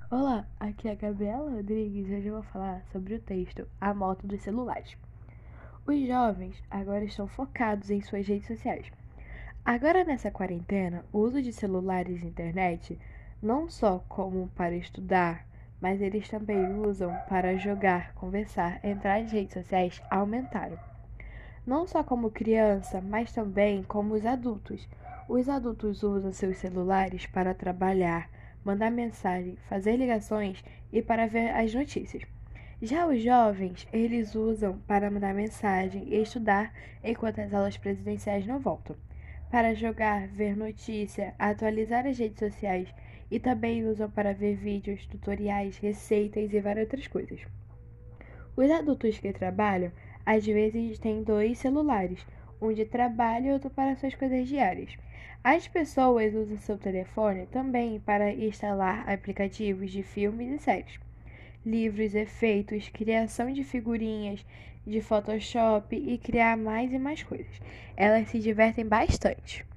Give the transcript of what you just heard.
Olá, aqui é a Gabriela Rodrigues e hoje eu vou falar sobre o texto A Moto dos Celulares. Os jovens agora estão focados em suas redes sociais. Agora nessa quarentena, o uso de celulares e internet não só como para estudar, mas eles também usam para jogar, conversar, entrar nas redes sociais aumentaram. Não só como criança, mas também como os adultos. Os adultos usam seus celulares para trabalhar, mandar mensagem, fazer ligações e para ver as notícias. Já os jovens, eles usam para mandar mensagem e estudar enquanto as aulas presenciais não voltam. Para jogar, ver notícia, atualizar as redes sociais e também usam para ver vídeos, tutoriais, receitas e várias outras coisas. Os adultos que trabalham às vezes têm dois celulares, um de trabalho e outro para suas coisas diárias. As pessoas usam seu telefone também para instalar aplicativos de filmes e séries, livros, efeitos, criação de figurinhas, de Photoshop e criar mais e mais coisas. Elas se divertem bastante.